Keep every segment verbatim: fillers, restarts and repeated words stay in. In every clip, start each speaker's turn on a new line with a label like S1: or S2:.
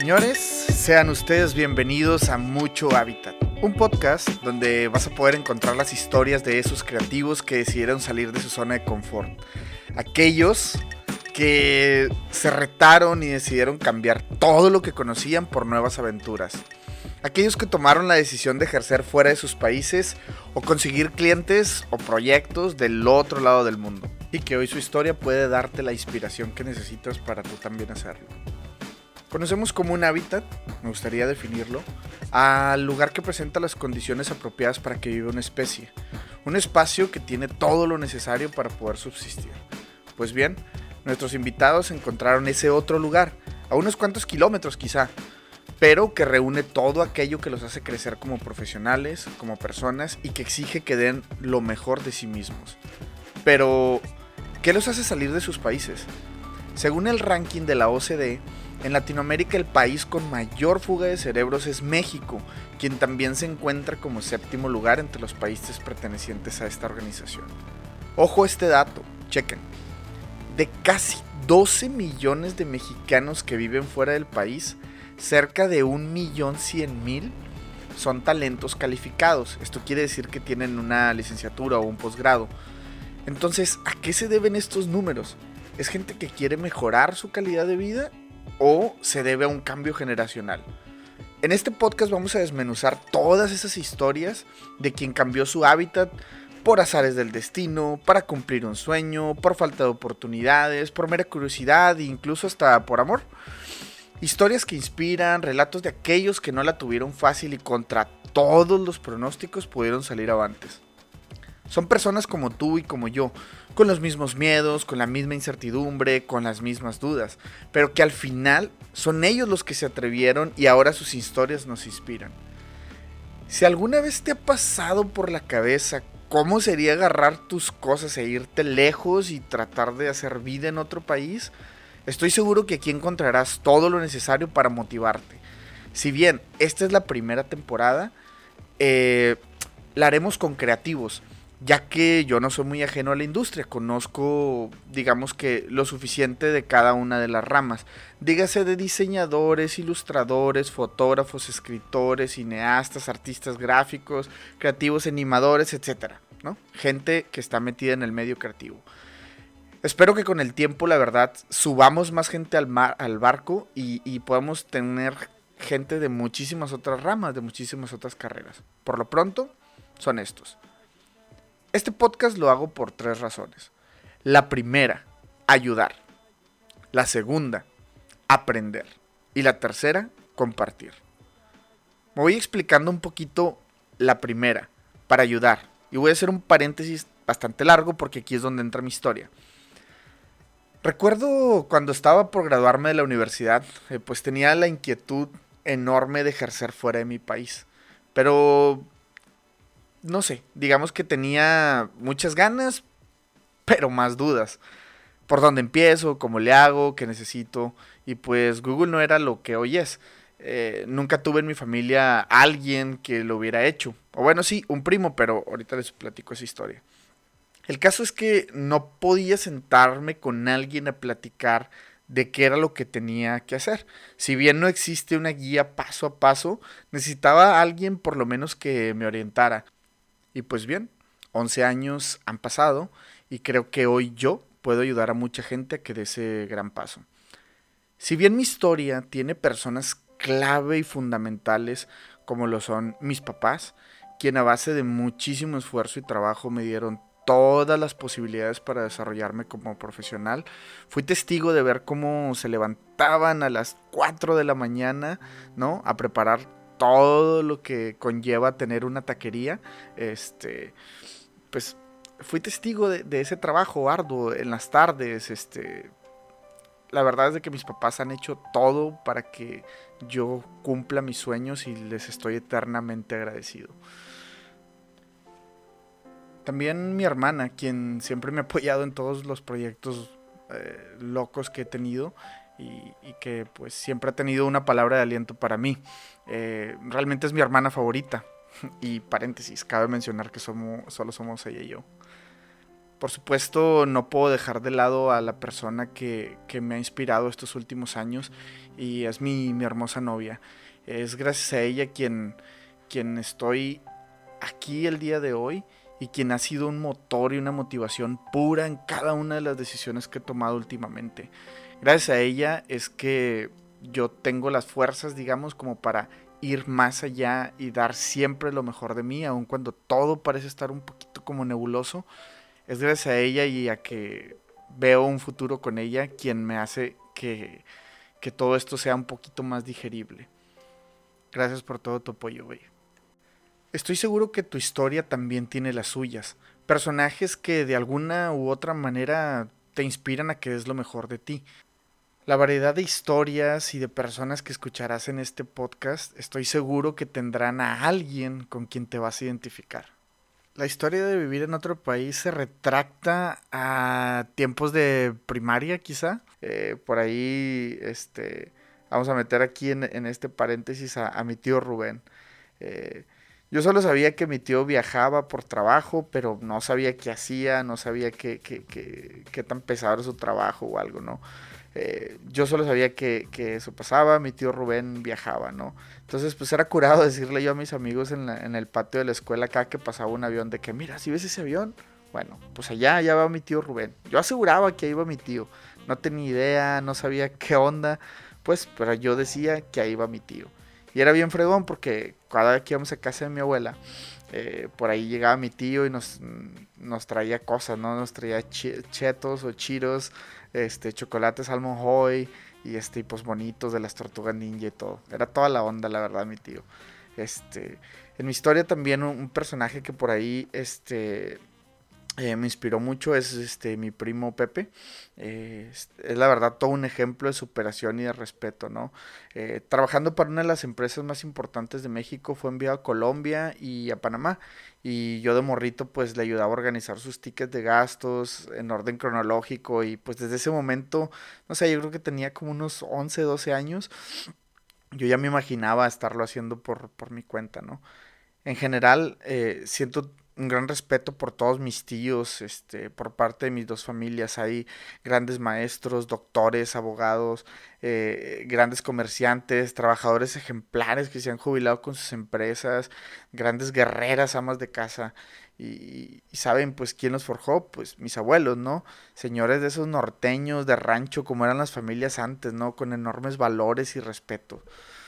S1: Señores, sean ustedes bienvenidos a Mucho Hábitat, un podcast donde vas a poder encontrar las historias de esos creativos que decidieron salir de su zona de confort. Aquellos que se retaron y decidieron cambiar todo lo que conocían por nuevas aventuras. Aquellos que tomaron la decisión de ejercer fuera de sus países o conseguir clientes o proyectos del otro lado del mundo. Y que hoy su historia puede darte la inspiración que necesitas para tú también hacerlo. Conocemos como un hábitat, me gustaría definirlo, al lugar que presenta las condiciones apropiadas para que viva una especie. Un espacio que tiene todo lo necesario para poder subsistir. Pues bien, nuestros invitados encontraron ese otro lugar, a unos cuantos kilómetros quizá, pero que reúne todo aquello que los hace crecer como profesionales, como personas y que exige que den lo mejor de sí mismos. Pero, ¿qué los hace salir de sus países? Según el ranking de la O C D, en Latinoamérica el país con mayor fuga de cerebros es México, quien también se encuentra como séptimo lugar entre los países pertenecientes a esta organización. Ojo a este dato, chequen. De casi doce millones de mexicanos que viven fuera del país, cerca de un millón cien mil son talentos calificados. Esto quiere decir que tienen una licenciatura o un posgrado. Entonces, ¿a qué se deben estos números? ¿Es gente que quiere mejorar su calidad de vida o se debe a un cambio generacional? En este podcast vamos a desmenuzar todas esas historias de quien cambió su hábitat por azares del destino, para cumplir un sueño, por falta de oportunidades, por mera curiosidad e incluso hasta por amor. Historias que inspiran, relatos de aquellos que no la tuvieron fácil y contra todos los pronósticos pudieron salir avantes. Son personas como tú y como yo, con los mismos miedos, con la misma incertidumbre, con las mismas dudas, pero que al final son ellos los que se atrevieron y ahora sus historias nos inspiran. Si alguna vez te ha pasado por la cabeza cómo sería agarrar tus cosas e irte lejos y tratar de hacer vida en otro país, estoy seguro que aquí encontrarás todo lo necesario para motivarte. Si bien esta es la primera temporada, eh, la haremos con creativos, ya que yo no soy muy ajeno a la industria, conozco, digamos que lo suficiente de cada una de las ramas. Dígase de diseñadores, ilustradores, fotógrafos, escritores, cineastas, artistas gráficos, creativos, animadores, etcétera, ¿no? Gente que está metida en el medio creativo. Espero que con el tiempo, la verdad, subamos más gente al, mar, al barco y, y podamos tener gente de muchísimas otras ramas, de muchísimas otras carreras. Por lo pronto, son estos. Este podcast lo hago por tres razones. La primera, ayudar. La segunda, aprender. Y la tercera, compartir. Me voy explicando un poquito la primera, para ayudar. Y voy a hacer un paréntesis bastante largo porque aquí es donde entra mi historia. Recuerdo cuando estaba por graduarme de la universidad, eh, pues tenía la inquietud enorme de ejercer fuera de mi país. Pero no sé, digamos que tenía muchas ganas, pero más dudas. ¿Por dónde empiezo? ¿Cómo le hago? ¿Qué necesito? Y pues Google no era lo que hoy es. Eh, nunca tuve en mi familia alguien que lo hubiera hecho. O bueno, sí, un primo, pero ahorita les platico esa historia. El caso es que no podía sentarme con alguien a platicar de qué era lo que tenía que hacer. Si bien no existe una guía paso a paso, necesitaba a alguien por lo menos que me orientara. Y pues bien, once años han pasado y creo que hoy yo puedo ayudar a mucha gente a que dé ese gran paso. Si bien mi historia tiene personas clave y fundamentales como lo son mis papás, quien a base de muchísimo esfuerzo y trabajo me dieron todas las posibilidades para desarrollarme como profesional. Fui testigo de ver cómo se levantaban a las cuatro de la mañana, ¿no? A preparar todo lo que conlleva tener una taquería. Este, pues fui testigo de, de ese trabajo arduo en las tardes. Este, la verdad es de que mis papás han hecho todo para que yo cumpla mis sueños y les estoy eternamente agradecido. También mi hermana, quien siempre me ha apoyado en todos los proyectos eh, locos que he tenido y, y que pues siempre ha tenido una palabra de aliento para mí. Eh, realmente es mi hermana favorita. Y paréntesis, cabe mencionar que somos, solo somos ella y yo. Por supuesto, no puedo dejar de lado a la persona que, que me ha inspirado estos últimos años y es mi, mi hermosa novia. Es gracias a ella quien, quien estoy aquí el día de hoy y quien ha sido un motor y una motivación pura en cada una de las decisiones que he tomado últimamente. Gracias a ella es que yo tengo las fuerzas, digamos, como para ir más allá y dar siempre lo mejor de mí, aun cuando todo parece estar un poquito como nebuloso. Es gracias a ella y a que veo un futuro con ella quien me hace que, que todo esto sea un poquito más digerible. Gracias por todo tu apoyo, güey. Estoy seguro que tu historia también tiene las suyas. Personajes que de alguna u otra manera te inspiran a que des lo mejor de ti. La variedad de historias y de personas que escucharás en este podcast, estoy seguro que tendrán a alguien con quien te vas a identificar. La historia de vivir en otro país se retracta a tiempos de primaria, quizá. Eh, por ahí, este, vamos a meter aquí en, en este paréntesis a, a mi tío Rubén. Eh, yo solo sabía que mi tío viajaba por trabajo, pero no sabía qué hacía, no sabía qué, qué, qué, qué tan pesado era su trabajo o algo, ¿no? Eh, yo solo sabía que, que eso pasaba, mi tío Rubén viajaba, ¿no? Entonces, pues era curado decirle yo a mis amigos en, la, en el patio de la escuela acá que pasaba un avión, de que, mira, si ves ese avión, bueno, pues allá, allá va mi tío Rubén. Yo aseguraba que ahí iba mi tío, no tenía idea, no sabía qué onda, pues, pero yo decía que ahí iba mi tío. Y era bien fregón porque cada vez que íbamos a casa de mi abuela, eh, por ahí llegaba mi tío y nos, nos traía cosas, ¿no? Nos traía ch- chetos o chiros, este, chocolates Almond Joy y este, pues bonitos de las tortugas ninja y todo. Era toda la onda, la verdad, mi tío. Este, en mi historia también un, un personaje que por ahí, este, eh, me inspiró mucho es este mi primo Pepe. Eh, es, es la verdad todo un ejemplo de superación y de respeto, ¿no? Eh, trabajando para una de las empresas más importantes de México, fue enviado a Colombia y a Panamá. Y yo de morrito pues le ayudaba a organizar sus tickets de gastos en orden cronológico. Y pues desde ese momento, no sé, yo creo que tenía como unos once doce años. Yo ya me imaginaba estarlo haciendo por, por mi cuenta, ¿no? En general, eh, siento un gran respeto por todos mis tíos, este, por parte de mis dos familias. Hay grandes maestros, doctores, abogados, eh, grandes comerciantes, trabajadores ejemplares que se han jubilado con sus empresas, grandes guerreras, amas de casa. Y, y saben, pues, ¿quién los forjó? Pues mis abuelos, ¿no? Señores de esos norteños de rancho, como eran las familias antes, ¿no? Con enormes valores y respeto.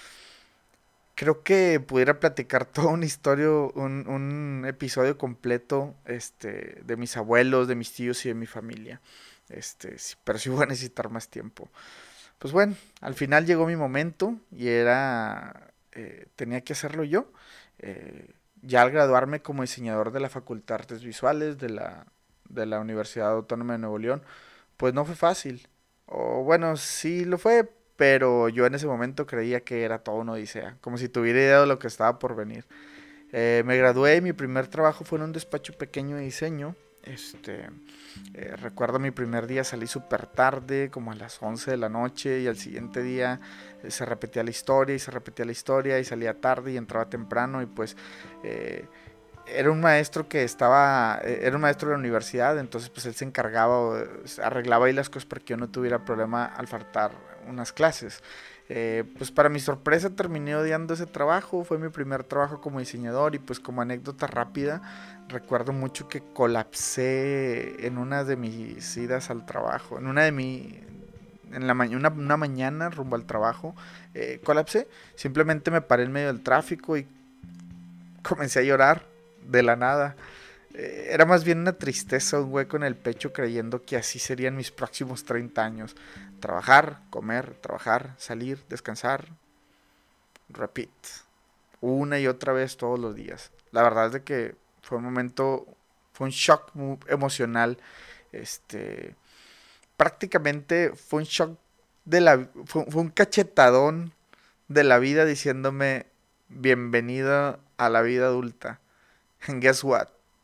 S1: Creo que pudiera platicar toda una historia, un, un episodio completo, este, de mis abuelos, de mis tíos y de mi familia. Este, sí, pero sí voy a necesitar más tiempo. Pues bueno, al final llegó mi momento y era, eh, tenía que hacerlo yo. Eh, ya al graduarme como diseñador de la Facultad de Artes Visuales de la, de la Universidad Autónoma de Nuevo León, pues no fue fácil. O bueno, sí lo fue, pero yo en ese momento creía que era todo una odisea, como si tuviera idea de lo que estaba por venir. Eh, me gradué y mi primer trabajo fue en un despacho pequeño de diseño. Este, eh, recuerdo mi primer día salí súper tarde, como a las once de la noche, y al siguiente día eh, se repetía la historia y se repetía la historia y salía tarde y entraba temprano y pues eh, era un maestro que estaba, eh, era un maestro de la universidad, entonces pues él se encargaba, eh, arreglaba ahí las cosas para que yo no tuviera problema al faltar unas clases. Eh, pues para mi sorpresa terminé odiando ese trabajo, fue mi primer trabajo como diseñador y pues como anécdota rápida, recuerdo mucho que colapsé en una de mis idas al trabajo, en una de mi... En la ma una, una mañana rumbo al trabajo, eh, colapsé, simplemente me paré en medio del tráfico y comencé a llorar de la nada. Eh, era más bien una tristeza, un hueco en el pecho creyendo que así serían mis próximos treinta años. Trabajar, comer, trabajar, salir, descansar, repeat. Una y otra vez todos los días. La verdad es de que fue un momento, fue un shock emocional. Este, prácticamente fue un shock de la, fue, fue un cachetadón de la vida diciéndome bienvenido a la vida adulta. And guess what?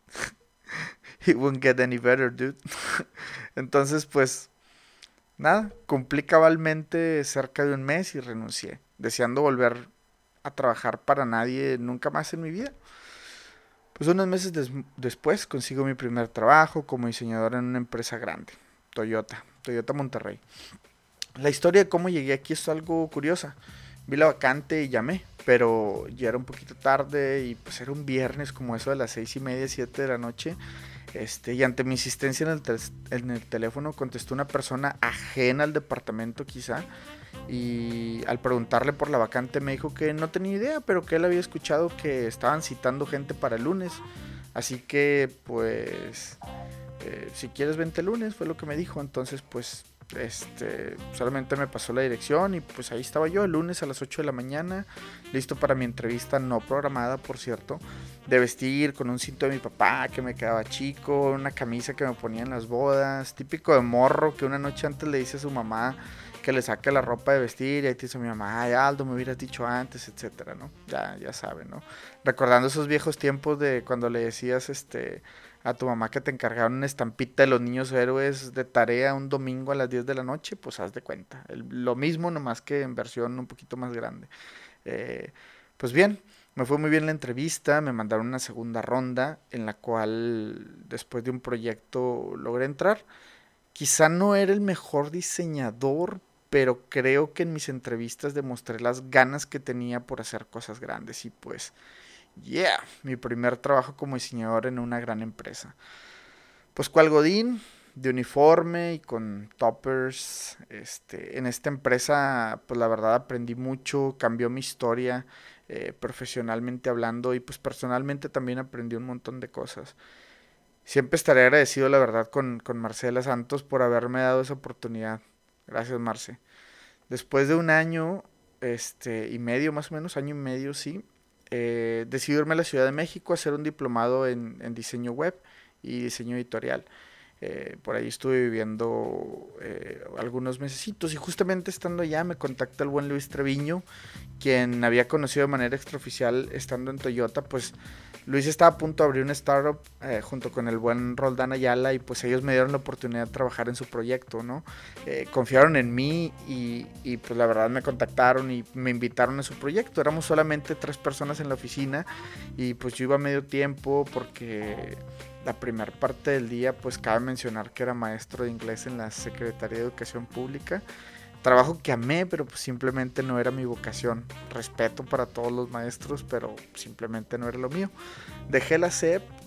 S1: It won't get any better, dude. Entonces, pues, nada, cumplí cabalmente cerca de un mes y renuncié, deseando volver a trabajar para nadie nunca más en mi vida. Pues unos meses des- después consigo mi primer trabajo como diseñador en una empresa grande, Toyota, Toyota Monterrey. La historia de cómo llegué aquí es algo curiosa. Vi la vacante y llamé, pero ya era un poquito tarde y pues era un viernes como eso de las seis y media, siete de la noche. Este, y ante mi insistencia en el, tel- en el teléfono contestó una persona ajena al departamento quizá. Y al preguntarle por la vacante me dijo que no tenía idea, pero que él había escuchado que estaban citando gente para el lunes. Así que pues eh, si quieres vente el lunes, fue lo que me dijo. Entonces pues este solamente me pasó la dirección y pues ahí estaba yo el lunes a las ocho de la mañana, listo para mi entrevista no programada, por cierto, de vestir con un cinto de mi papá que me quedaba chico, una camisa que me ponía en las bodas, típico de morro que una noche antes le dice a su mamá que le saque la ropa de vestir y ahí te dice mi mamá, ay Aldo, me hubieras dicho antes, etcétera, ¿no? Ya, ya saben, ¿no? Recordando esos viejos tiempos de cuando le decías, este, a tu mamá que te encargaron una estampita de los niños héroes de tarea un domingo a las diez de la noche, pues haz de cuenta. El- lo mismo, nomás que en versión un poquito más grande. Eh, pues bien, me fue muy bien la entrevista, me mandaron una segunda ronda en la cual después de un proyecto logré entrar. Quizá no era el mejor diseñador, pero creo que en mis entrevistas demostré las ganas que tenía por hacer cosas grandes y pues, yeah, mi primer trabajo como diseñador en una gran empresa. Pues cual Godín, de uniforme y con toppers, este, en esta empresa, pues la verdad aprendí mucho, cambió mi historia, eh, profesionalmente hablando y pues personalmente también aprendí un montón de cosas. Siempre estaré agradecido, la verdad, con, con Marcela Santos por haberme dado esa oportunidad. Gracias, Marce. Después de un año este, y medio, más o menos, año y medio, sí, eh, decidí irme a la Ciudad de México a hacer un diplomado en, en diseño web y diseño editorial. Eh, por ahí estuve viviendo eh, algunos mesecitos y justamente estando allá me contacta el buen Luis Treviño, quien había conocido de manera extraoficial estando en Toyota. Pues Luis estaba a punto de abrir una startup eh, junto con el buen Roldán Ayala y pues ellos me dieron la oportunidad de trabajar en su proyecto, ¿no? Eh, confiaron en mí y, y pues la verdad me contactaron y me invitaron a su proyecto. Éramos solamente tres personas en la oficina y pues yo iba a medio tiempo porque la primera parte del día pues cabe mencionar que era maestro de inglés en la Secretaría de Educación Pública. Trabajo que amé, pero pues simplemente no era mi vocación. Respeto para todos los maestros, pero simplemente no era lo mío. Dejé la S E P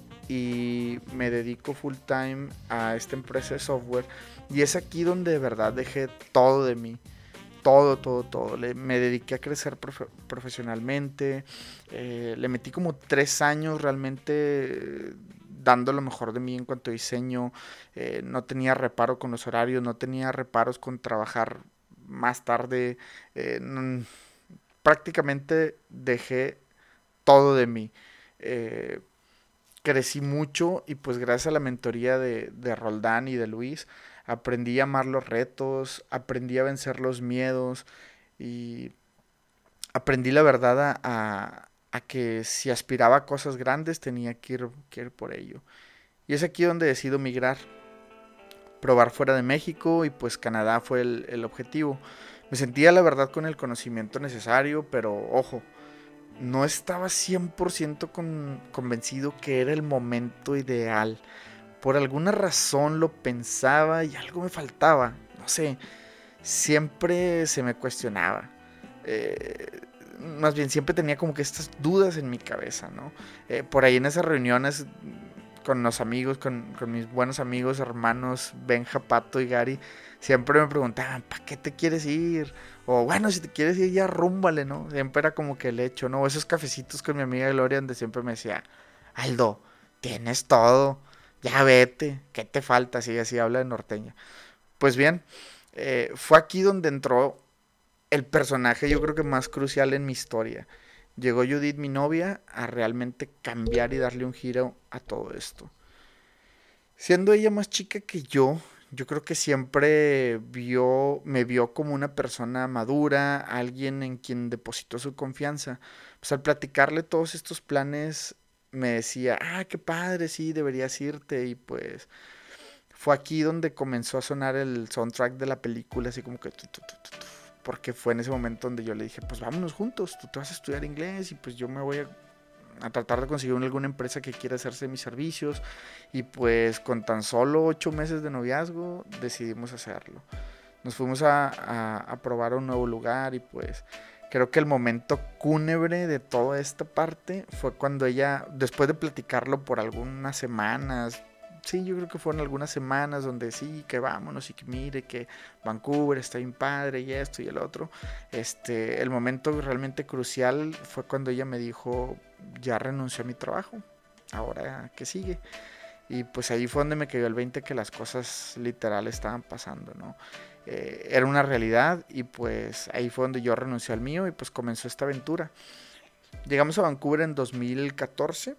S1: y me dedico full time a esta empresa de software. Y es aquí donde de verdad dejé todo de mí. Todo, todo, todo. Le, me dediqué a crecer profe profesionalmente. Eh, le metí como tres años realmente eh, dando lo mejor de mí en cuanto a diseño. Eh, no tenía reparo con los horarios, no tenía reparos con trabajar más tarde. Eh, mm, prácticamente dejé todo de mí. Eh, crecí mucho y pues gracias a la mentoría de, de Roldán y de Luis aprendí a amar los retos, aprendí a vencer los miedos y aprendí la verdad a, a, a que si aspiraba a cosas grandes tenía que ir, que ir por ello. Y es aquí donde decido migrar, probar fuera de México y pues Canadá fue el, el objetivo. Me sentía la verdad con el conocimiento necesario, pero ojo, no estaba cien por ciento con, convencido que era el momento ideal. Por alguna razón lo pensaba y algo me faltaba. No sé, siempre se me cuestionaba. Eh, más bien, siempre tenía como que estas dudas en mi cabeza, ¿no? Eh, por ahí en esas reuniones con los amigos, con, con mis buenos amigos, hermanos, Benja, Pato y Gary, siempre me preguntaban, ¿para qué te quieres ir? O bueno, si te quieres ir ya rúmbale, ¿no? Siempre era como que el hecho, ¿no? Esos cafecitos con mi amiga Gloria donde siempre me decía, Aldo, tienes todo, ya vete, ¿qué te falta? Así, así habla de norteña. Pues bien, eh, fue aquí donde entró el personaje yo creo que más crucial en mi historia. Llegó Judith, mi novia, a realmente cambiar y darle un giro a todo esto. Siendo ella más chica que yo, yo creo que siempre vio, me vio como una persona madura, alguien en quien depositó su confianza. Pues al platicarle todos estos planes, me decía, ah, qué padre, sí, deberías irte. Y pues fue aquí donde comenzó a sonar el soundtrack de la película, así como que... Tu, tu, tu, tu, tu, porque fue en ese momento donde yo le dije, pues vámonos juntos, tú te vas a estudiar inglés y pues yo me voy a, a tratar de conseguir alguna empresa que quiera hacerse mis servicios. Y pues con tan solo ocho meses de noviazgo decidimos hacerlo. Nos fuimos a, a, a probar a un nuevo lugar y pues creo que el momento cúnebre de toda esta parte fue cuando ella, después de platicarlo por algunas semanas, sí, yo creo que fueron algunas semanas donde sí, que vámonos y que mire que Vancouver está bien padre y esto y el otro, este, el momento realmente crucial fue cuando ella me dijo, ya renuncié a mi trabajo, ahora qué sigue. Y pues ahí fue donde me cayó el veinte que las cosas literal estaban pasando, ¿no? Eh, era una realidad y pues ahí fue donde yo renuncié al mío y pues comenzó esta aventura. Llegamos a Vancouver en dos mil catorce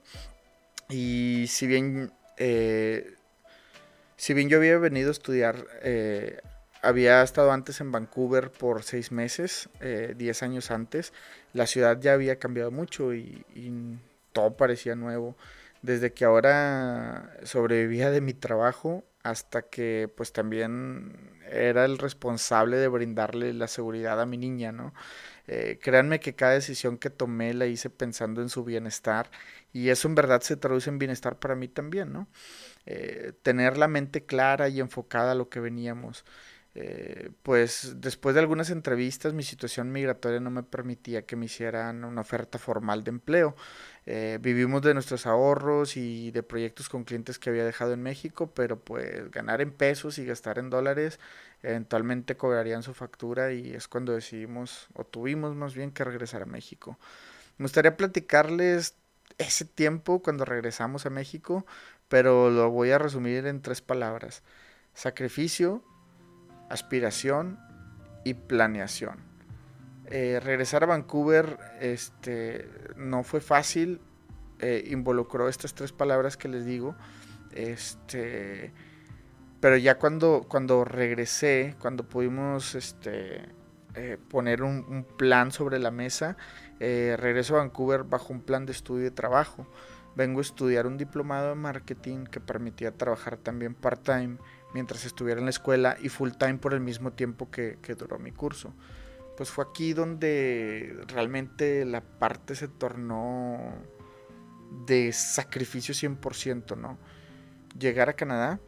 S1: y si bien, eh, si bien yo había venido a estudiar, eh, había estado antes en Vancouver por seis meses, eh, diez años antes, la ciudad ya había cambiado mucho y, y todo parecía nuevo. Desde que ahora sobrevivía de mi trabajo hasta que pues también era el responsable de brindarle la seguridad a mi niña, ¿no? Eh, créanme que cada decisión que tomé la hice pensando en su bienestar y eso en verdad se traduce en bienestar para mí también, ¿no? Eh, tener la mente clara y enfocada a lo que veníamos. Eh, pues después de algunas entrevistas mi situación migratoria no me permitía que me hicieran una oferta formal de empleo. Eh, vivimos de nuestros ahorros y de proyectos con clientes que había dejado en México, pero pues ganar en pesos y gastar en dólares eventualmente cobrarían su factura y es cuando decidimos o tuvimos más bien que regresar a México. Me gustaría platicarles ese tiempo cuando regresamos a México, pero lo voy a resumir en tres palabras: sacrificio, aspiración y planeación. Eh, regresar a Vancouver este, no fue fácil, eh, involucró estas tres palabras que les digo, este, pero ya cuando, cuando regresé, cuando pudimos este, eh, poner un, un plan sobre la mesa, eh, regreso a Vancouver bajo un plan de estudio y trabajo. Vengo a estudiar un diplomado de marketing que permitía trabajar también part-time mientras estuviera en la escuela y full-time por el mismo tiempo que, que duró mi curso. Pues fue aquí donde realmente la parte se tornó de sacrificio cien por ciento, ¿no? Llegar a Canadá,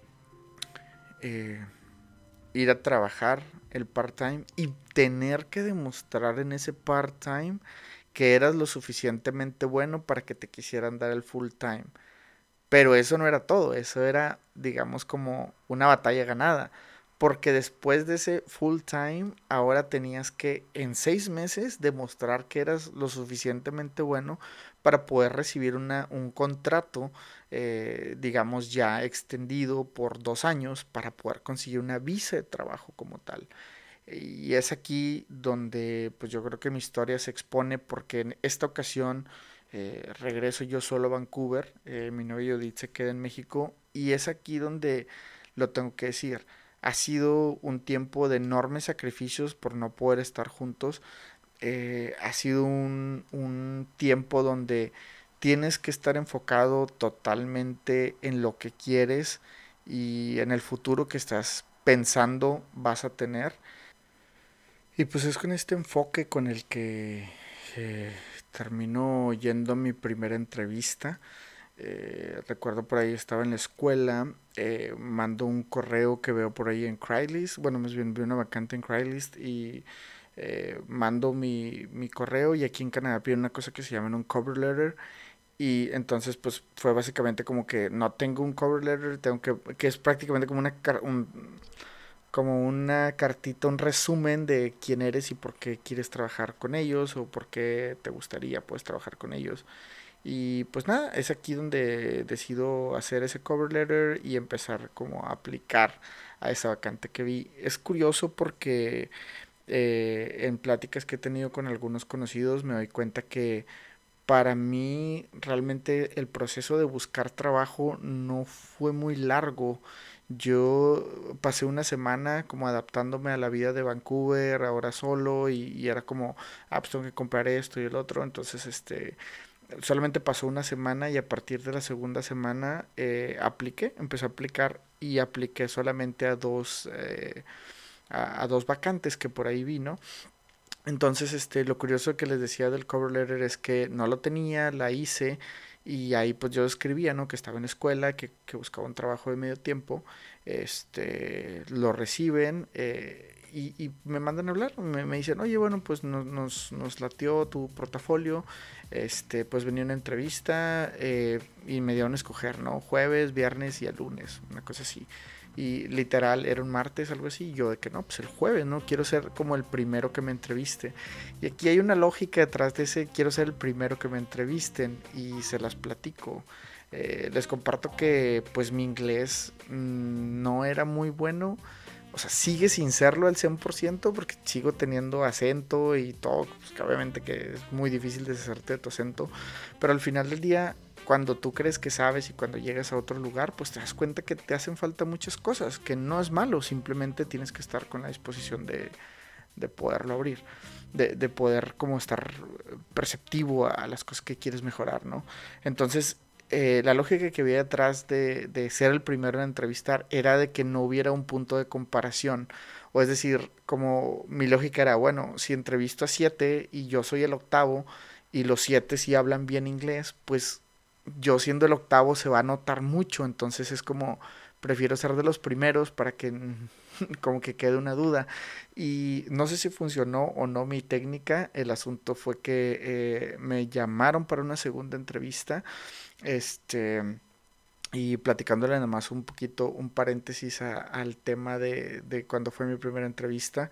S1: eh, ir a trabajar el part-time y tener que demostrar en ese part-time que eras lo suficientemente bueno para que te quisieran dar el full-time. Pero eso no era todo, eso era, digamos, como una batalla ganada. Porque después de ese full time, ahora tenías que en seis meses demostrar que eras lo suficientemente bueno para poder recibir una, un contrato, eh, digamos, ya extendido por dos años para poder conseguir una visa de trabajo como tal. Y es aquí donde pues yo creo que mi historia se expone porque en esta ocasión eh, regreso yo solo a Vancouver, eh, mi novio Judith se queda en México y es aquí donde lo tengo que decir. Ha sido un tiempo de enormes sacrificios por no poder estar juntos. Eh, ha sido un, un tiempo donde tienes que estar enfocado totalmente en lo que quieres y en el futuro que estás pensando vas a tener. Y pues es con este enfoque con el que eh, termino yendo a mi primera entrevista. Eh, recuerdo por ahí estaba en la escuela, eh, mando un correo que veo por ahí en Craigslist, bueno, más bien vi una vacante en Craigslist y eh, mando mi, mi correo y aquí en Canadá piden una cosa que se llama un cover letter y entonces pues fue básicamente como que no tengo un cover letter, tengo que, que es prácticamente como una, un, como una cartita, un resumen de quién eres y por qué quieres trabajar con ellos o por qué te gustaría pues trabajar con ellos. Y pues nada, es aquí donde decido hacer ese cover letter y empezar como a aplicar a esa vacante que vi. Es curioso porque eh, en pláticas que he tenido con algunos conocidos me doy cuenta que para mí realmente el proceso de buscar trabajo no fue muy largo. Yo pasé una semana como adaptándome a la vida de Vancouver, ahora solo, y, y era como, ah, pues tengo que comprar esto y el otro. Entonces, este, solamente pasó una semana y a partir de la segunda semana eh, apliqué, empecé a aplicar y apliqué solamente a dos, eh, a, a dos vacantes que por ahí vi, ¿no? Entonces, este, lo curioso que les decía del cover letter es que no lo tenía, la hice y ahí pues yo escribía, ¿no? Que estaba en escuela, que, que buscaba un trabajo de medio tiempo, este, lo reciben eh, y, y me mandan a hablar, me, me dicen, oye, bueno, pues nos, nos, nos latió tu portafolio, este, pues venía una entrevista eh, y me dieron a escoger, ¿no? Jueves, viernes y el lunes, una cosa así. Y literal era un martes, algo así, y yo de que no, pues el jueves, ¿no? Quiero ser como el primero que me entreviste. Y aquí hay una lógica detrás de ese, quiero ser el primero que me entrevisten y se las platico. Eh, les comparto que pues mi inglés mmm, no era muy bueno, o sea, sigue sin serlo al cien por ciento porque sigo teniendo acento y todo, pues, que obviamente que es muy difícil deshacerte de tu acento, pero al final del día, cuando tú crees que sabes y cuando llegas a otro lugar, pues te das cuenta que te hacen falta muchas cosas, que no es malo, simplemente tienes que estar con la disposición de, de poderlo abrir, de, de poder como estar perceptivo a las cosas que quieres mejorar, ¿no? Entonces, eh, la lógica que había detrás de, de ser el primero en entrevistar era de que no hubiera un punto de comparación. O es decir, como mi lógica era, bueno, si entrevisto a siete y yo soy el octavo y los siete sí hablan bien inglés, pues yo siendo el octavo se va a notar mucho. Entonces es como, prefiero ser de los primeros para que como que quede una duda. Y no sé si funcionó o no mi técnica. El asunto fue que eh, me llamaron para una segunda entrevista. Este, y platicándole nada más un poquito, un paréntesis a- al tema de, de cuando fue mi primera entrevista,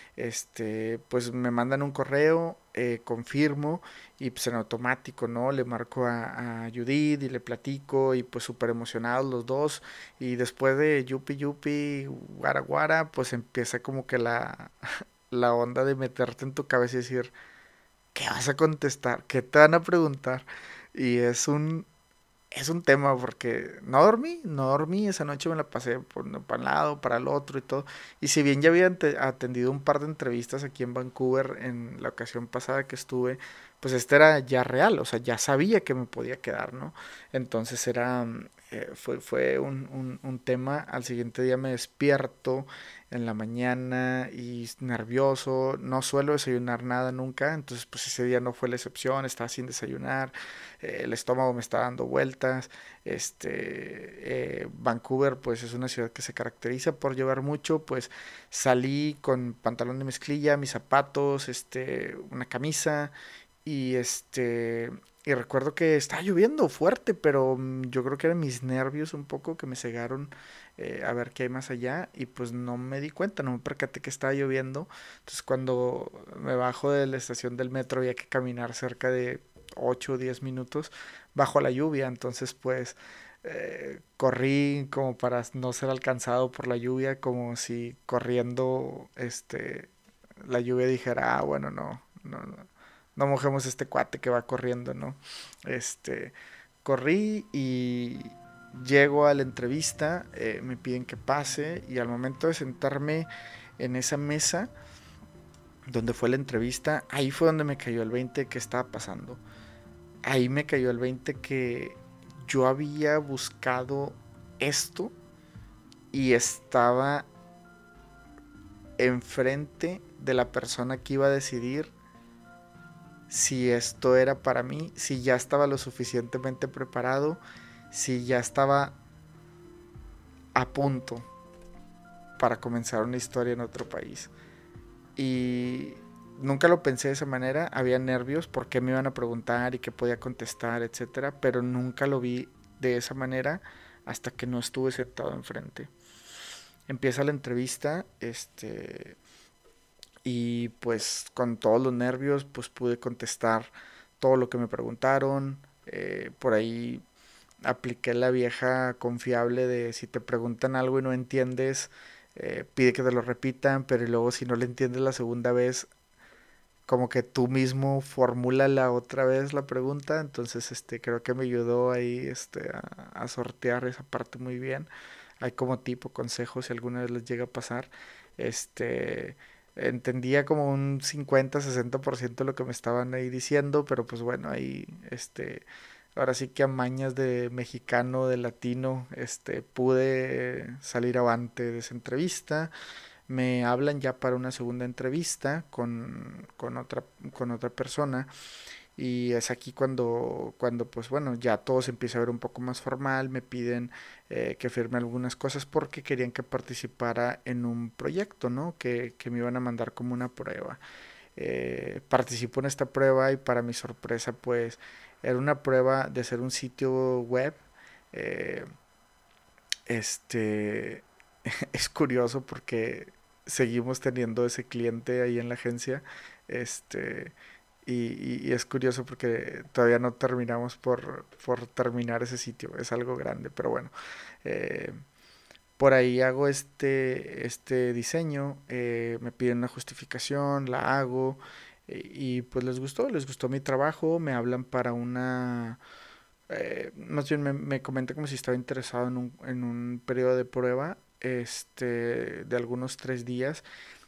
S1: este, pues me mandan un correo, eh, confirmo y pues en automático, ¿no? Le marco a, a Judith y le platico y pues súper emocionados los dos y después de yupi yupi, guara guara, pues empieza como que la, la onda de meterte en tu cabeza y decir, ¿qué vas a contestar? ¿Qué te van a preguntar? Y es un, es un tema porque no dormí, no dormí, esa noche me la pasé por, para un lado, para el otro y todo. Y si bien ya había ante- atendido un par de entrevistas aquí en Vancouver en la ocasión pasada que estuve, pues este era ya real, o sea, ya sabía que me podía quedar, ¿no? Entonces era, mm, eh, fue, fue un, un, un tema, al siguiente día me despierto en la mañana y nervioso, no suelo desayunar nada nunca, entonces pues ese día no fue la excepción, estaba sin desayunar, eh, el estómago me está dando vueltas, este, eh, Vancouver pues es una ciudad que se caracteriza por llevar mucho, pues salí con pantalón de mezclilla, mis zapatos, este, una camisa y este, y recuerdo que estaba lloviendo fuerte, pero mm, yo creo que eran mis nervios un poco que me cegaron eh, a ver qué hay más allá y pues no me di cuenta, no me percaté que estaba lloviendo. Entonces cuando me bajo de la estación del metro había que caminar cerca de ocho o diez minutos bajo la lluvia, entonces pues eh, corrí como para no ser alcanzado por la lluvia, como si corriendo este la lluvia dijera, ah, bueno, no, no, no, no mojemos este cuate que va corriendo, ¿no? Este, corrí y llego a la entrevista, eh, me piden que pase y al momento de sentarme en esa mesa donde fue la entrevista, ahí fue donde me cayó el veinte que estaba pasando. Ahí me cayó el veinte que yo había buscado esto y estaba enfrente de la persona que iba a decidir si esto era para mí, si ya estaba lo suficientemente preparado, si ya estaba a punto para comenzar una historia en otro país. Y nunca lo pensé de esa manera, había nervios por qué me iban a preguntar y qué podía contestar, etcétera, pero nunca lo vi de esa manera hasta que no estuve sentado enfrente. Empieza la entrevista, este, y pues con todos los nervios, pues pude contestar todo lo que me preguntaron. Eh, por ahí apliqué la vieja confiable de si te preguntan algo y no entiendes, eh, pide que te lo repitan, pero luego si no le entiendes la segunda vez, como que tú mismo formula la otra vez la pregunta. Entonces, este, creo que me ayudó ahí, este, a, a sortear esa parte muy bien. Hay como tipo consejos si alguna vez les llega a pasar. Este, entendía como un cincuenta sesenta por ciento de lo que me estaban ahí diciendo, pero pues bueno, ahí, este, ahora sí que a mañas de mexicano, de latino, este, pude salir avante de esa entrevista. me hablan ya para una segunda entrevista con, con otra, con otra persona. Y es aquí cuando, cuando pues bueno, ya todo se empieza a ver un poco más formal, me piden eh, que firme algunas cosas porque querían que participara en un proyecto, ¿no? Que, que me iban a mandar como una prueba. Eh, participo en esta prueba y para mi sorpresa pues era una prueba de hacer un sitio web. Eh, este es curioso porque seguimos teniendo ese cliente ahí en la agencia. Este, y, y- y es curioso porque todavía no terminamos por, por terminar ese sitio. Es algo grande, pero bueno. eh, por ahí hago este, este diseño, eh, me piden una justificación, la hago y, y, pues les gustó, les gustó mi trabajo, me hablan para una... eh, más bien me, me comenta como si estaba interesado en un, en un periodo de prueba este, de algunos tres días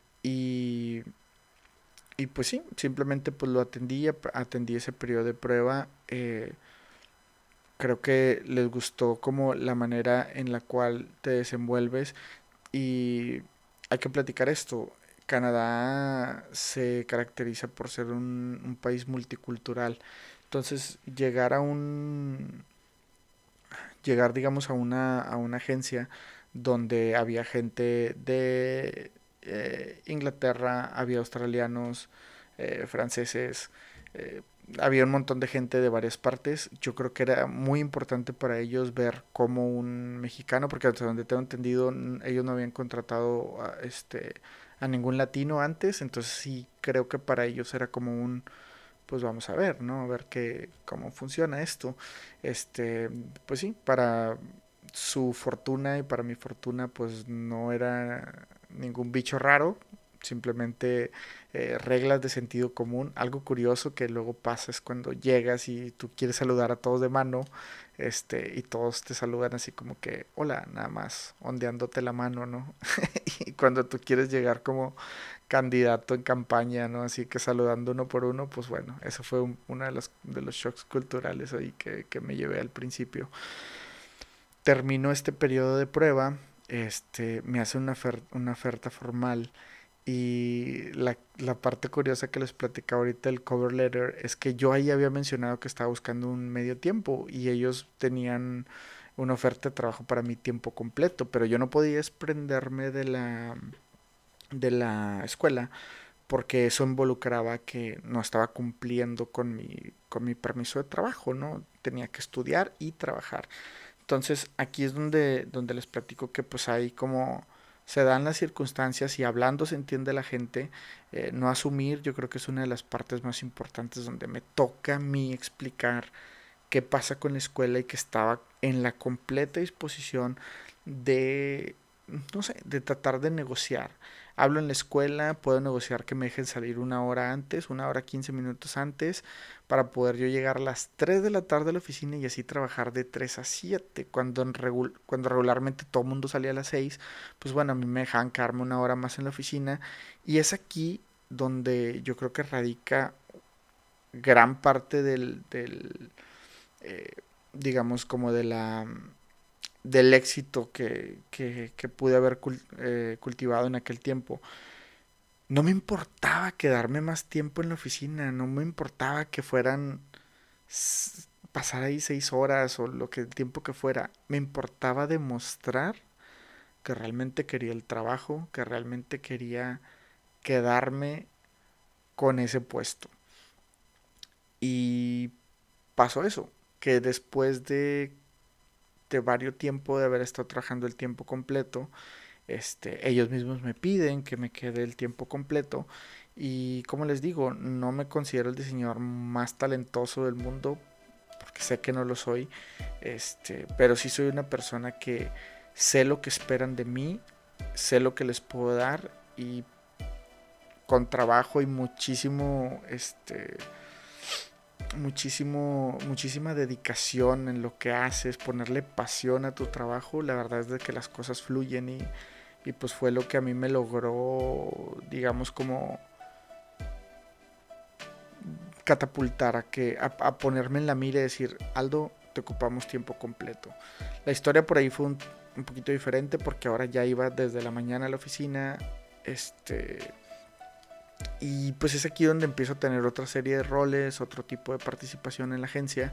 S1: y, y pues sí, simplemente pues lo atendí, ap- atendí ese periodo de prueba. eh, creo que les gustó como la manera en la cual te desenvuelves. Y hay que platicar esto. Canadá se caracteriza por ser un, un país multicultural. Entonces, llegar a un, llegar, digamos, a una, a una agencia donde había gente de eh, Inglaterra, había australianos, eh, franceses, eh, había un montón de gente de varias partes. Yo creo que era muy importante para ellos ver como un mexicano, porque hasta donde tengo entendido, n- ellos no habían contratado a, este, a ningún latino antes, entonces sí creo que para ellos era como un, pues vamos a ver, ¿no? A ver qué, cómo funciona esto. Este, pues sí, para su fortuna y para mi fortuna, pues no era ningún bicho raro, simplemente eh, reglas de sentido común. Algo curioso que luego pasa es cuando llegas y tú quieres saludar a todos de mano, este, y todos te saludan así como que, hola, nada más, ondeándote la mano, ¿no? Y cuando tú quieres llegar como candidato en campaña, ¿no? Así que saludando uno por uno, pues bueno, eso fue un, uno de los, de los shocks culturales ahí que, que me llevé al principio. Terminó este periodo de prueba, este, me hace una, ofer- una oferta formal y la, la parte curiosa que les platicaba ahorita del cover letter es que yo ahí había mencionado que estaba buscando un medio tiempo y ellos tenían una oferta de trabajo para mi tiempo completo, pero yo no podía desprenderme de la, de la escuela porque eso involucraba que no estaba cumpliendo con mi, con mi permiso de trabajo, ¿no? Tenía que estudiar y trabajar. Entonces aquí es donde, donde les platico que pues hay como se dan las circunstancias y hablando se entiende la gente, eh, no asumir, yo creo que es una de las partes más importantes donde me toca a mí explicar qué pasa con la escuela y que estaba en la completa disposición de, no sé, de tratar de negociar. Hablo en la escuela, puedo negociar que me dejen salir una hora antes, una hora quince minutos antes, para poder yo llegar a las tres de la tarde a la oficina y así trabajar de tres a siete cuando, en regu cuando regularmente todo el mundo salía a las seis, pues bueno, a mí me dejaban quedarme una hora más en la oficina y es aquí donde yo creo que radica gran parte del, del eh, digamos, como de la del éxito que, que, que pude haber cul- eh, cultivado en aquel tiempo. No me importaba quedarme más tiempo en la oficina, no me importaba que fueran s- pasar ahí seis horas o lo que el tiempo que fuera. Me importaba demostrar que realmente quería el trabajo, que realmente quería quedarme con ese puesto. Y pasó eso, que después de de varios tiempo de haber estado trabajando el tiempo completo, este, ellos mismos me piden que me quede el tiempo completo y como les digo, no me considero el diseñador más talentoso del mundo porque sé que no lo soy, este, pero sí soy una persona que sé lo que esperan de mí, sé lo que les puedo dar y con trabajo y muchísimo este muchísimo, muchísima dedicación en lo que haces, ponerle pasión a tu trabajo, la verdad es de que las cosas fluyen y, y pues fue lo que a mí me logró, digamos, como catapultar a, que, a, a ponerme en la mira y decir, Aldo, te ocupamos tiempo completo. La historia por ahí fue un, un poquito diferente porque ahora ya iba desde la mañana a la oficina, Este, y pues es aquí donde empiezo a tener otra serie de roles, otro tipo de participación en la agencia,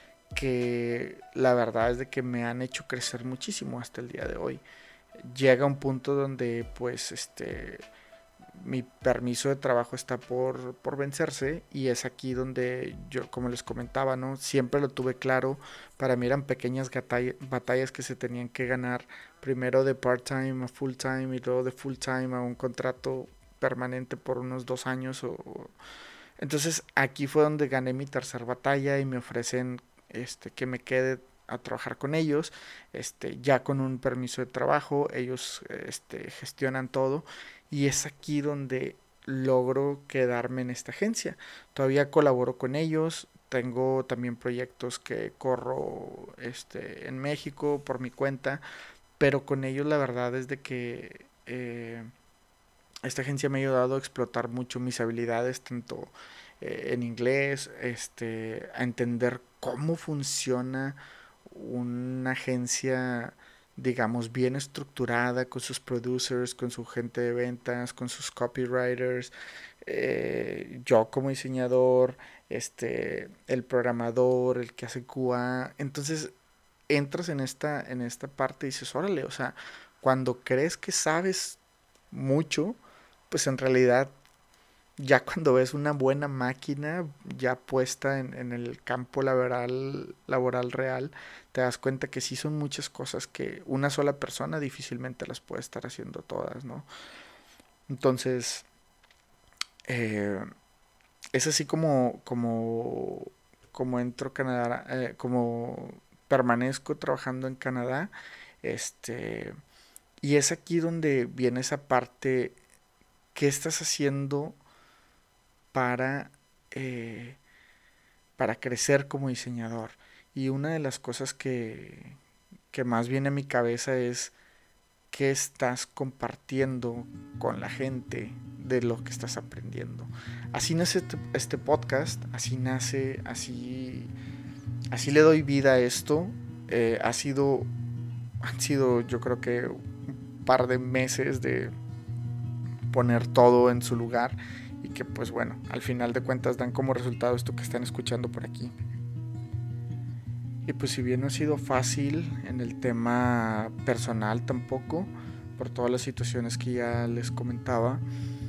S1: que la verdad es de que me han hecho crecer muchísimo hasta el día de hoy. Llega un punto donde pues este mi permiso de trabajo está por, por vencerse, y es aquí donde yo, como les comentaba, ¿no? Siempre lo tuve claro. Para mí eran pequeñas gatall- batallas que se tenían que ganar, primero de part-time a full-time y luego de full-time a un contrato permanente por unos dos años. O... Entonces aquí fue donde gané mi tercer batalla y me ofrecen este, que me quede a trabajar con ellos, este, ya con un permiso de trabajo. Ellos este, gestionan todo, y es aquí donde logro quedarme en esta agencia. Todavía colaboro con ellos, tengo también proyectos que corro este, en México por mi cuenta, pero con ellos la verdad es de que eh, esta agencia me ha ayudado a explotar mucho mis habilidades, tanto eh, en inglés, este, a entender cómo funciona una agencia, digamos, bien estructurada, con sus producers, con su gente de ventas, con sus copywriters, eh, yo como diseñador, este, el programador, el que hace Q A. Entonces entras en esta, en esta parte y dices, órale, o sea, cuando crees que sabes mucho, pues en realidad ya cuando ves una buena máquina ya puesta en, en el campo laboral, laboral real, te das cuenta que sí son muchas cosas que una sola persona difícilmente las puede estar haciendo todas, ¿no? Entonces, eh, es así como, como, como entro a Canadá, eh, como permanezco trabajando en Canadá, este, y es aquí donde viene esa parte, ¿qué estás haciendo para, eh, para crecer como diseñador? Y una de las cosas que, que más viene a mi cabeza es qué estás compartiendo con la gente de lo que estás aprendiendo. Así nace este, este podcast, así nace, así, así le doy vida a esto. Eh, ha sido, han sido yo creo que un par de meses de poner todo en su lugar, y que pues bueno, al final de cuentas dan como resultado esto que están escuchando por aquí. Y pues si bien no ha sido fácil en el tema personal tampoco, por todas las situaciones que ya les comentaba,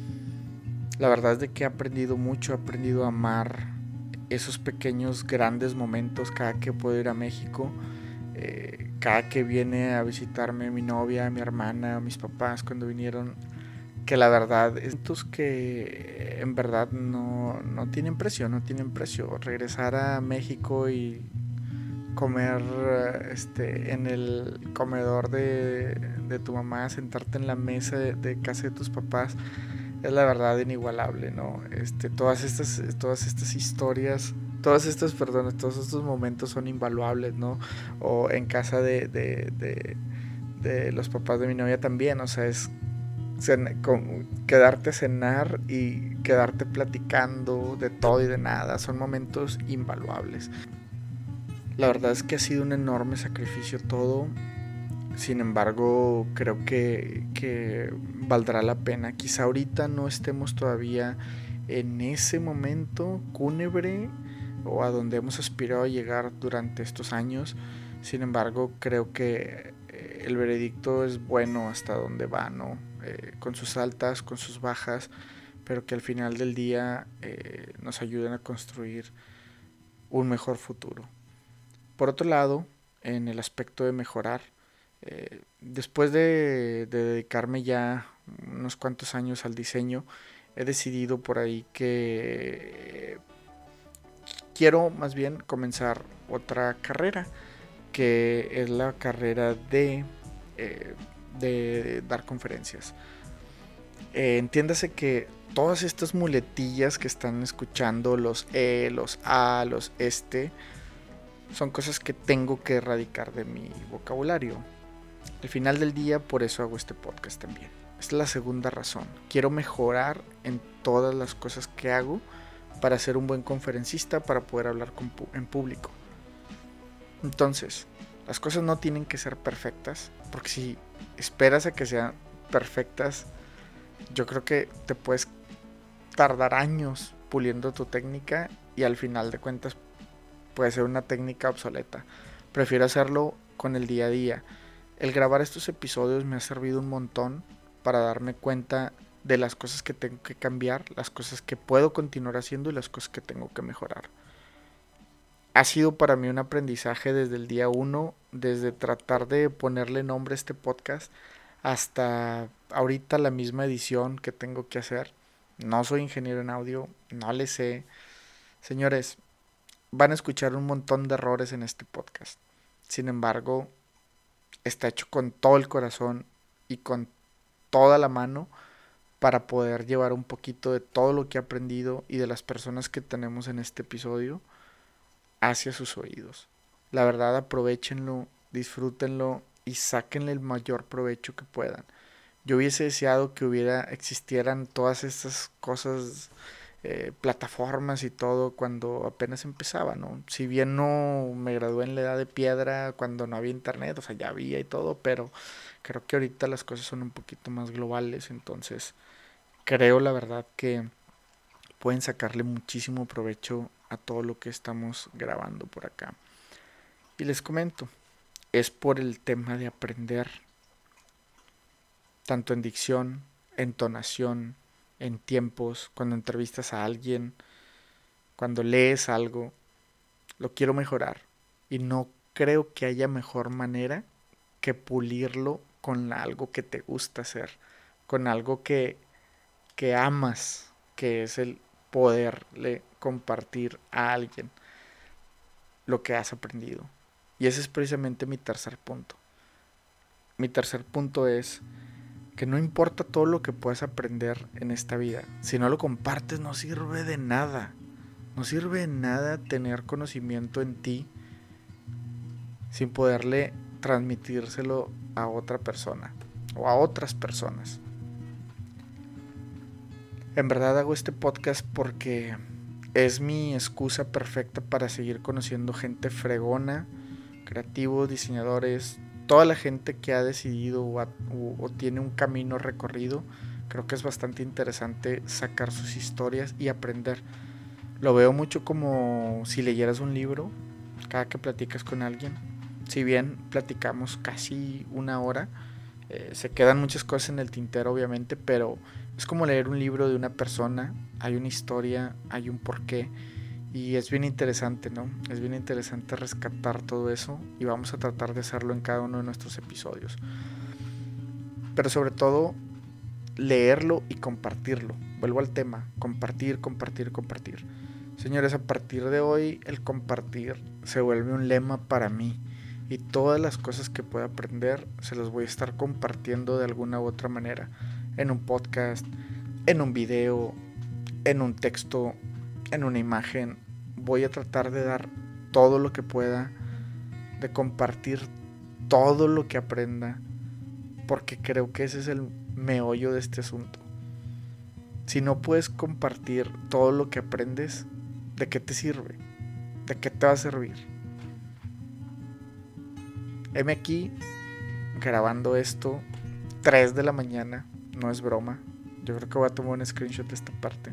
S1: la verdad es de que he aprendido mucho, he aprendido a amar esos pequeños grandes momentos cada que puedo ir a México, eh, cada que viene a visitarme mi novia, mi hermana, mis papás cuando vinieron, que la verdad estos que en verdad no, no tienen precio, no tienen precio. Regresar a México y comer este en el comedor de, de tu mamá, sentarte en la mesa de, de casa de tus papás, es la verdad inigualable, ¿no? Este, todas estas, todas estas historias, todas estas, perdón, todos estos momentos son invaluables, ¿no? O en casa de, de, de, de los papás de mi novia también, o sea, es Cen- con, quedarte a cenar y quedarte platicando de todo y de nada, son momentos invaluables. La verdad es que ha sido un enorme sacrificio todo, sin embargo creo que, que valdrá la pena. Quizá ahorita no estemos todavía en ese momento cúnebre o a donde hemos aspirado a llegar durante estos años, sin embargo creo que eh, el veredicto es bueno hasta donde va, ¿no? Eh, con sus altas, con sus bajas, pero que al final del día eh, nos ayuden a construir un mejor futuro. Por otro lado, en el aspecto de mejorar, eh, después de, de dedicarme ya unos cuantos años al diseño, he decidido por ahí que quiero más bien comenzar otra carrera, que es la carrera de, eh, de dar conferencias. Eh, entiéndase que todas estas muletillas que están escuchando, los E, los A, los este, son cosas que tengo que erradicar de mi vocabulario. Al final del día, por eso hago este podcast también. Es la segunda razón. Quiero mejorar en todas las cosas que hago para ser un buen conferencista, para poder hablar con, en público. Entonces, las cosas no tienen que ser perfectas, porque si esperas a que sean perfectas, yo creo que te puedes tardar años puliendo tu técnica y al final de cuentas puede ser una técnica obsoleta. Prefiero hacerlo con el día a día. El grabar estos episodios me ha servido un montón para darme cuenta de las cosas que tengo que cambiar, las cosas que puedo continuar haciendo y las cosas que tengo que mejorar. Ha sido para mí un aprendizaje desde el día uno, desde tratar de ponerle nombre a este podcast hasta ahorita la misma edición que tengo que hacer. No soy ingeniero en audio, no le sé. Señores, van a escuchar un montón de errores en este podcast. Sin embargo, está hecho con todo el corazón y con toda la mano para poder llevar un poquito de todo lo que he aprendido y de las personas que tenemos en este episodio hacia sus oídos. La verdad, aprovechenlo, disfrútenlo y sáquenle el mayor provecho que puedan. Yo hubiese deseado que hubiera, existieran todas estas cosas, eh, plataformas y todo cuando apenas empezaba, ¿no? Si bien no me gradué en la edad de piedra, cuando no había internet, o sea, ya había y todo, pero creo que ahorita las cosas son un poquito más globales, entonces creo la verdad que pueden sacarle muchísimo provecho a todo lo que estamos grabando por acá. Y les comento, es por el tema de aprender, tanto en dicción, entonación, en tiempos, cuando entrevistas a alguien, cuando lees algo, lo quiero mejorar. Y no creo que haya mejor manera que pulirlo con algo que te gusta hacer, con algo que, que amas, que es el poderle compartir a alguien lo que has aprendido. Y ese es precisamente mi tercer punto. Mi tercer punto es que no importa todo lo que puedas aprender en esta vida, si no lo compartes no sirve de nada. No sirve de nada tener conocimiento en ti sin poderle transmitírselo a otra persona o a otras personas. En verdad hago este podcast porque es mi excusa perfecta para seguir conociendo gente fregona, creativos, diseñadores, toda la gente que ha decidido o, ha, o, o tiene un camino recorrido. Creo que es bastante interesante sacar sus historias y aprender. Lo veo mucho como si leyeras un libro cada que platicas con alguien. Si bien platicamos casi una hora, eh, se quedan muchas cosas en el tintero obviamente, pero es como leer un libro de una persona. Hay una historia, hay un porqué y es bien interesante, ¿no? Es bien interesante rescatar todo eso y vamos a tratar de hacerlo en cada uno de nuestros episodios. Pero sobre todo, leerlo y compartirlo. Vuelvo al tema, compartir, compartir, compartir. Señores, a partir de hoy el compartir se vuelve un lema para mí y todas las cosas que pueda aprender se las voy a estar compartiendo de alguna u otra manera, en un podcast, en un video, en un texto, en una imagen. Voy a tratar de dar todo lo que pueda, de compartir todo lo que aprenda, porque creo que ese es el meollo de este asunto. Si no puedes compartir todo lo que aprendes, ¿de qué te sirve? ¿De qué te va a servir? Heme aquí grabando esto tres de la mañana, no es broma. Yo creo que voy a tomar un screenshot de esta parte.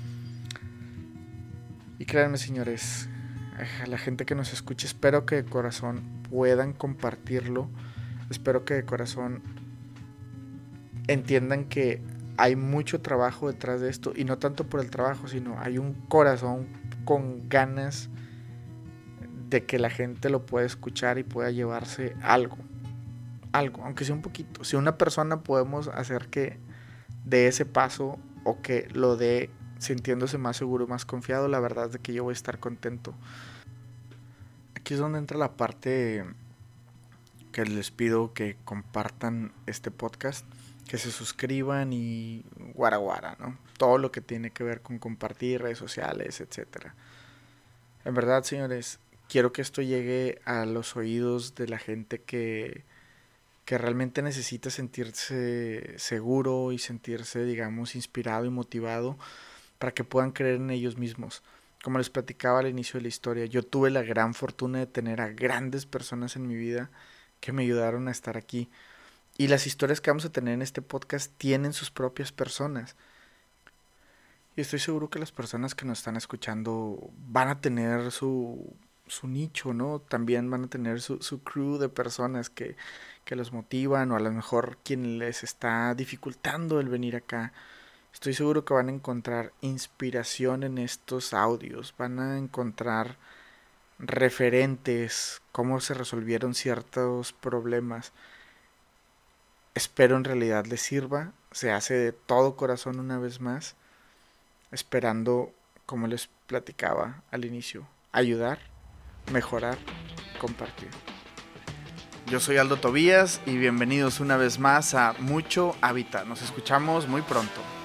S1: Y créanme, señores, a la gente que nos escuche, espero que de corazón puedan compartirlo. Espero que de corazón entiendan que hay mucho trabajo detrás de esto, y no tanto por el trabajo, sino hay un corazón con ganas de que la gente lo pueda escuchar y pueda llevarse algo, algo, aunque sea un poquito. Si una persona podemos hacer que dé ese paso o que lo dé sintiéndose más seguro, más confiado, la verdad es de que yo voy a estar contento. Aquí es donde entra la parte que les pido que compartan este podcast, que se suscriban y guara guara, ¿no? Todo lo que tiene que ver con compartir, redes sociales, etcétera. En verdad, señores, quiero que esto llegue a los oídos de la gente que, que realmente necesita sentirse seguro y sentirse, digamos, inspirado y motivado para que puedan creer en ellos mismos. Como les platicaba al inicio de la historia, yo tuve la gran fortuna de tener a grandes personas en mi vida que me ayudaron a estar aquí. Y las historias que vamos a tener en este podcast tienen sus propias personas. Y estoy seguro que las personas que nos están escuchando van a tener su, su nicho, ¿no? También van a tener su, su crew de personas que, que los motivan, o a lo mejor quien les está dificultando el venir acá. Estoy seguro que van a encontrar inspiración en estos audios, van a encontrar referentes, cómo se resolvieron ciertos problemas. Espero en realidad les sirva, se hace de todo corazón una vez más, esperando, como les platicaba al inicio, ayudar, mejorar, compartir. Yo soy Aldo Tobías y bienvenidos una vez más a Mucho Hábitat. Nos escuchamos muy pronto.